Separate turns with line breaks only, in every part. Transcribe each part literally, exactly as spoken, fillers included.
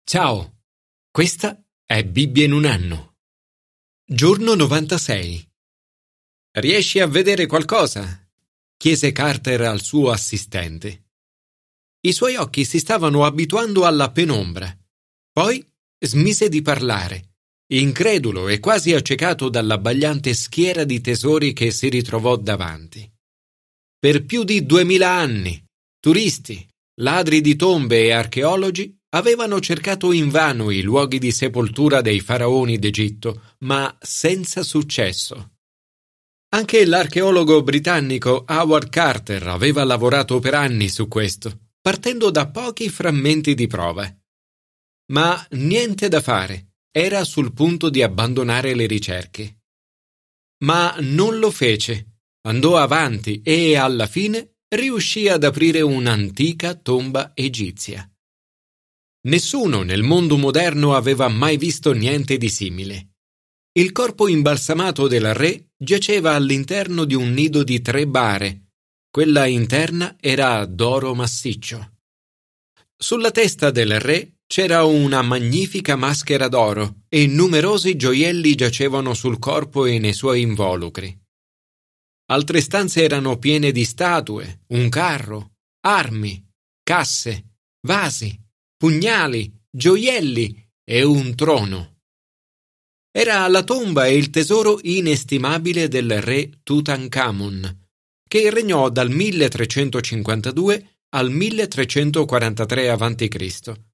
Ciao, questa è Bibbia in un anno. Giorno novantasei. Riesci a vedere qualcosa? Chiese Carter al suo assistente. I suoi occhi si stavano abituando alla penombra. Poi smise di parlare, incredulo e quasi accecato dall'abbagliante schiera di tesori che si ritrovò davanti. Per più di duemila anni, turisti, ladri di tombe e archeologi avevano cercato invano i luoghi di sepoltura dei faraoni d'Egitto, ma senza successo. Anche l'archeologo britannico Howard Carter aveva lavorato per anni su questo, partendo da pochi frammenti di prova. Ma niente da fare, era sul punto di abbandonare le ricerche. Ma non lo fece, andò avanti e alla fine riuscì ad aprire un'antica tomba egizia. Nessuno nel mondo moderno aveva mai visto niente di simile. Il corpo imbalsamato del re giaceva all'interno di un nido di tre bare. Quella interna era d'oro massiccio. Sulla testa del re c'era una magnifica maschera d'oro e numerosi gioielli giacevano sul corpo e nei suoi involucri. Altre stanze erano piene di statue, un carro, armi, casse, vasi, pugnali, gioielli e un trono. Era la tomba e il tesoro inestimabile del re Tutankhamun, che regnò dal milletrecentocinquantadue al milletrecentoquarantatré avanti Cristo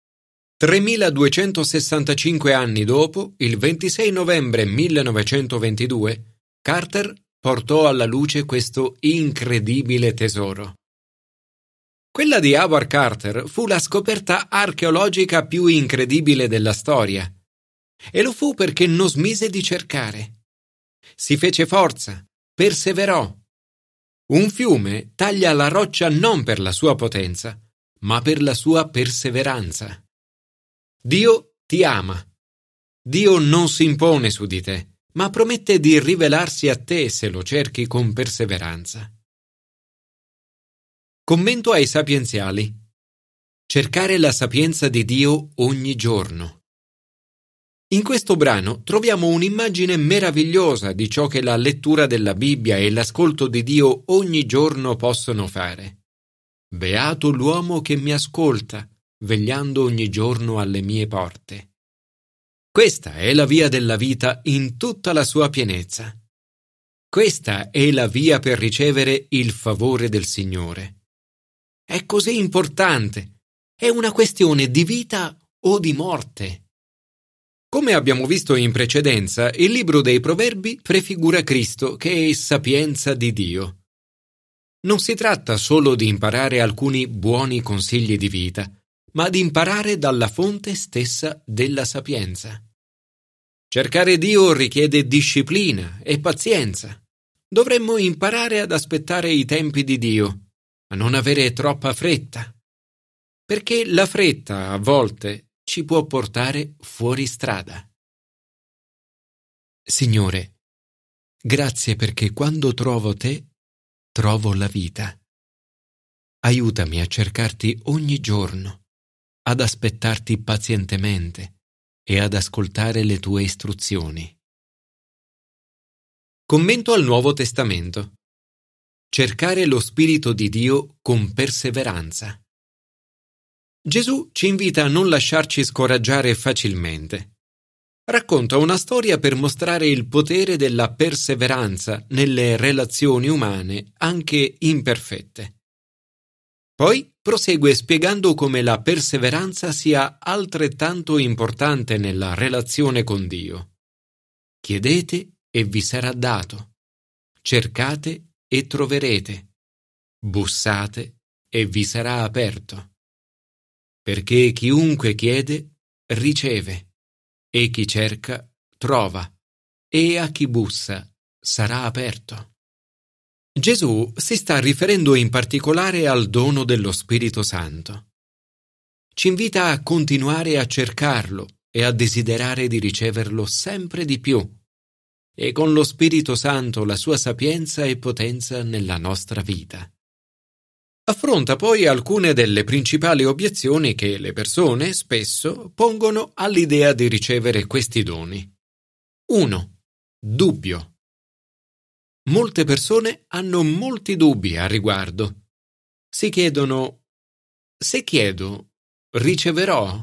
tremiladuecentosessantacinque anni dopo, il ventisei novembre millenovecentoventidue, Carter portò alla luce questo incredibile tesoro. Quella di Howard Carter fu la scoperta archeologica più incredibile della storia, e lo fu perché non smise di cercare. Si fece forza, perseverò. Un fiume taglia la roccia non per la sua potenza, ma per la sua perseveranza. Dio ti ama. Dio non si impone su di te, ma promette di rivelarsi a te se lo cerchi con perseveranza. Commento ai sapienziali. Cercare la sapienza di Dio ogni giorno. In questo brano troviamo un'immagine meravigliosa di ciò che la lettura della Bibbia e l'ascolto di Dio ogni giorno possono fare. Beato l'uomo che mi ascolta, vegliando ogni giorno alle mie porte. Questa è la via della vita in tutta la sua pienezza. Questa è la via per ricevere il favore del Signore. È così importante. È una questione di vita o di morte. Come abbiamo visto in precedenza, il libro dei Proverbi prefigura Cristo, che è sapienza di Dio. Non si tratta solo di imparare alcuni buoni consigli di vita, ma di imparare dalla fonte stessa della sapienza. Cercare Dio richiede disciplina e pazienza. Dovremmo imparare ad aspettare i tempi di Dio, a non avere troppa fretta, perché la fretta a volte ci può portare fuori strada. Signore, grazie perché quando trovo te, trovo la vita. Aiutami a cercarti ogni giorno, ad aspettarti pazientemente e ad ascoltare le tue istruzioni. Commento al Nuovo Testamento. Cercare lo Spirito di Dio con perseveranza. Gesù ci invita a non lasciarci scoraggiare facilmente. Racconta una storia per mostrare il potere della perseveranza nelle relazioni umane, anche imperfette. Poi prosegue spiegando come la perseveranza sia altrettanto importante nella relazione con Dio. Chiedete e vi sarà dato. Cercate e troverete. Bussate e vi sarà aperto. Perché chiunque chiede, riceve, e chi cerca, trova, e a chi bussa, sarà aperto. Gesù si sta riferendo in particolare al dono dello Spirito Santo. Ci invita a continuare a cercarlo e a desiderare di riceverlo sempre di più, e con lo Spirito Santo la sua sapienza e potenza nella nostra vita. Affronta poi alcune delle principali obiezioni che le persone spesso pongono all'idea di ricevere questi doni. uno. Dubbio. Molte persone hanno molti dubbi a riguardo. Si chiedono: se chiedo, riceverò?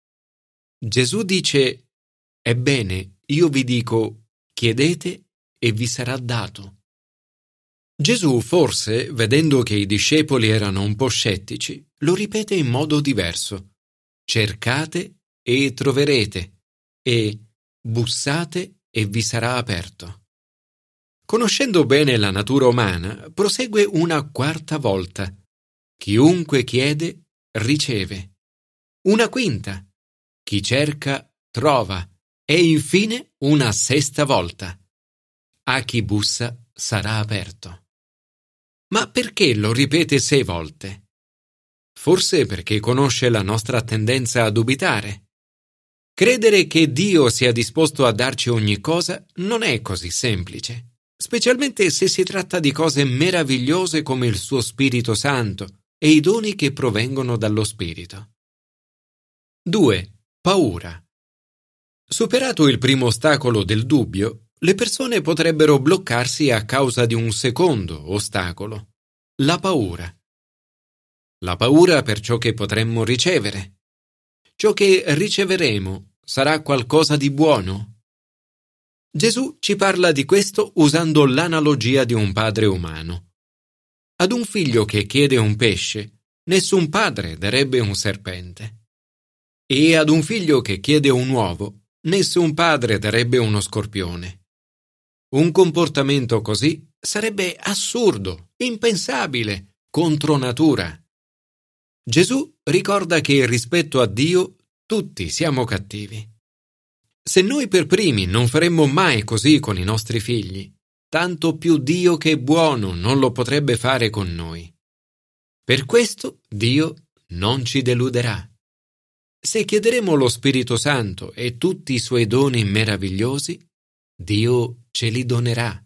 Gesù dice: ebbene, io vi dico, chiedete e vi sarà dato. Gesù forse, vedendo che i discepoli erano un po' scettici, lo ripete in modo diverso: cercate e troverete, e bussate e vi sarà aperto. Conoscendo bene la natura umana, prosegue una quarta volta: chiunque chiede, riceve. Una quinta: chi cerca, trova. E infine una sesta volta: a chi bussa sarà aperto. Ma perché lo ripete sei volte? Forse perché conosce la nostra tendenza a dubitare. Credere che Dio sia disposto a darci ogni cosa non è così semplice, specialmente se si tratta di cose meravigliose come il suo Spirito Santo e i doni che provengono dallo Spirito. due. Paura. Superato il primo ostacolo del dubbio, le persone potrebbero bloccarsi a causa di un secondo ostacolo: la paura. La paura per ciò che potremmo ricevere. Ciò che riceveremo sarà qualcosa di buono? Gesù ci parla di questo usando l'analogia di un padre umano. Ad un figlio che chiede un pesce, nessun padre darebbe un serpente. E ad un figlio che chiede un uovo, nessun padre darebbe uno scorpione. Un comportamento così sarebbe assurdo, impensabile, contro natura. Gesù ricorda che rispetto a Dio tutti siamo cattivi. Se noi per primi non faremmo mai così con i nostri figli, tanto più Dio che è buono non lo potrebbe fare con noi. Per questo Dio non ci deluderà. Se chiederemo lo Spirito Santo e tutti i suoi doni meravigliosi, Dio ce li donerà.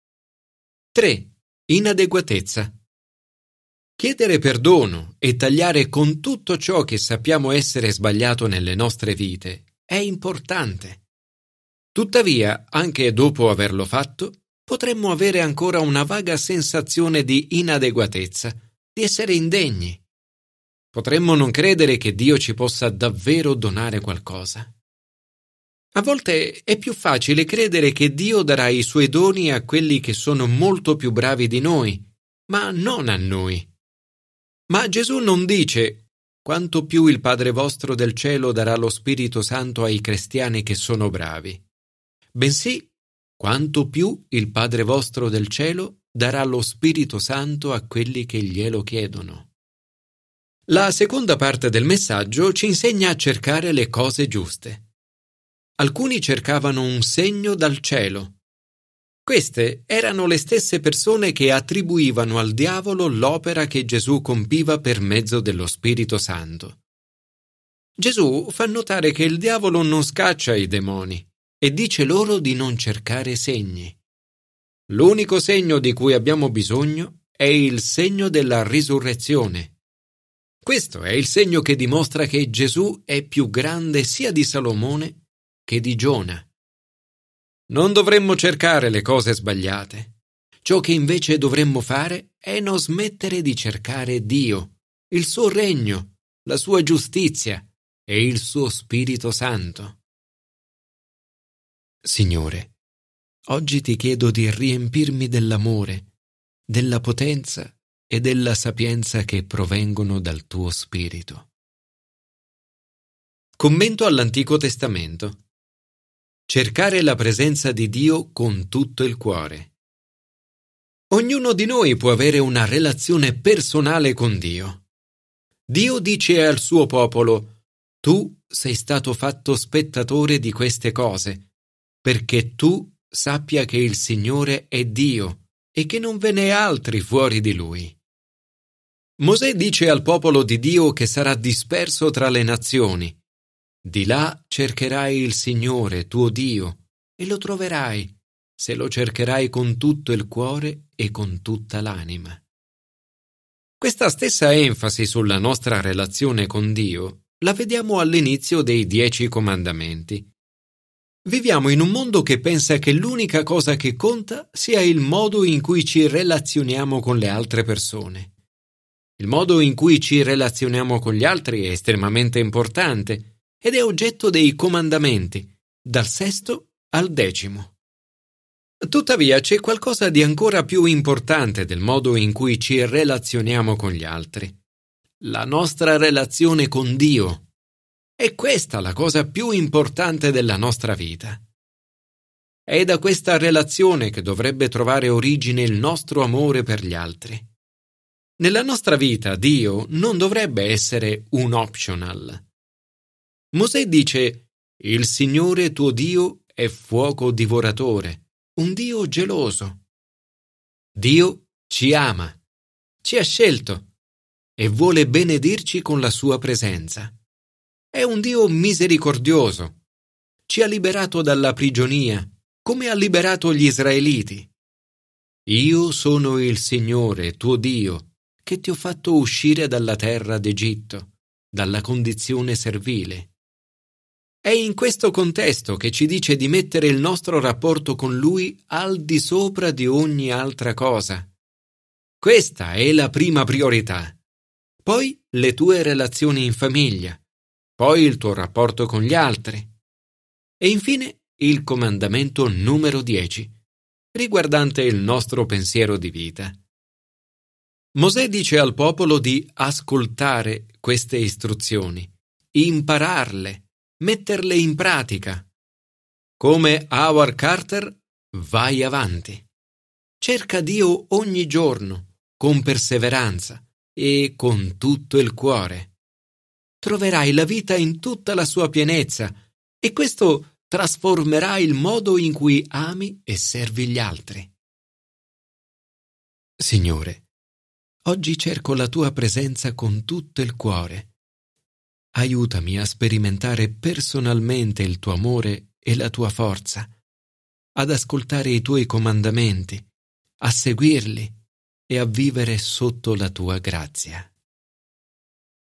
tre. Inadeguatezza. Chiedere perdono e tagliare con tutto ciò che sappiamo essere sbagliato nelle nostre vite è importante. Tuttavia, anche dopo averlo fatto, potremmo avere ancora una vaga sensazione di inadeguatezza, di essere indegni. Potremmo non credere che Dio ci possa davvero donare qualcosa. A volte è più facile credere che Dio darà i suoi doni a quelli che sono molto più bravi di noi, ma non a noi. Ma Gesù non dice: quanto più il Padre vostro del cielo darà lo Spirito Santo ai cristiani che sono bravi, bensì quanto più il Padre vostro del cielo darà lo Spirito Santo a quelli che glielo chiedono. La seconda parte del messaggio ci insegna a cercare le cose giuste. Alcuni cercavano un segno dal cielo. Queste erano le stesse persone che attribuivano al diavolo l'opera che Gesù compiva per mezzo dello Spirito Santo. Gesù fa notare che il diavolo non scaccia i demoni e dice loro di non cercare segni. L'unico segno di cui abbiamo bisogno è il segno della risurrezione. Questo è il segno che dimostra che Gesù è più grande sia di Salomone che di Giona. Non dovremmo cercare le cose sbagliate. Ciò che invece dovremmo fare è non smettere di cercare Dio, il suo regno, la sua giustizia e il suo Spirito Santo. Signore, oggi ti chiedo di riempirmi dell'amore, della potenza e della sapienza che provengono dal tuo Spirito. Commento all'Antico Testamento. Cercare la presenza di Dio con tutto il cuore. Ognuno di noi può avere una relazione personale con Dio. Dio dice al suo popolo: tu sei stato fatto spettatore di queste cose, perché tu sappia che il Signore è Dio e che non ve n'è altri fuori di Lui. Mosè dice al popolo di Dio che sarà disperso tra le nazioni. Di là cercherai il Signore, tuo Dio, e lo troverai, se lo cercherai con tutto il cuore e con tutta l'anima. Questa stessa enfasi sulla nostra relazione con Dio la vediamo all'inizio dei Dieci Comandamenti. Viviamo in un mondo che pensa che l'unica cosa che conta sia il modo in cui ci relazioniamo con le altre persone. Il modo in cui ci relazioniamo con gli altri è estremamente importante ed è oggetto dei comandamenti, dal sesto al decimo. Tuttavia c'è qualcosa di ancora più importante del modo in cui ci relazioniamo con gli altri. La nostra relazione con Dio. È questa la cosa più importante della nostra vita. È da questa relazione che dovrebbe trovare origine il nostro amore per gli altri. Nella nostra vita Dio non dovrebbe essere un optional. Mosè dice: «Il Signore tuo Dio è fuoco divoratore, un Dio geloso». Dio ci ama, ci ha scelto e vuole benedirci con la sua presenza. È un Dio misericordioso. Ci ha liberato dalla prigionia, come ha liberato gli israeliti. Io sono il Signore tuo Dio, che ti ho fatto uscire dalla terra d'Egitto, dalla condizione servile. È in questo contesto che ci dice di mettere il nostro rapporto con Lui al di sopra di ogni altra cosa. Questa è la prima priorità. Poi le tue relazioni in famiglia, poi il tuo rapporto con gli altri e infine il comandamento numero dieci, riguardante il nostro pensiero di vita. Mosè dice al popolo di ascoltare queste istruzioni, impararle, metterle in pratica. Come Howard Carter, vai avanti. Cerca Dio ogni giorno, con perseveranza e con tutto il cuore. Troverai la vita in tutta la sua pienezza e questo trasformerà il modo in cui ami e servi gli altri. Signore, oggi cerco la tua presenza con tutto il cuore. Aiutami a sperimentare personalmente il tuo amore e la tua forza, ad ascoltare i tuoi comandamenti, a seguirli e a vivere sotto la tua grazia.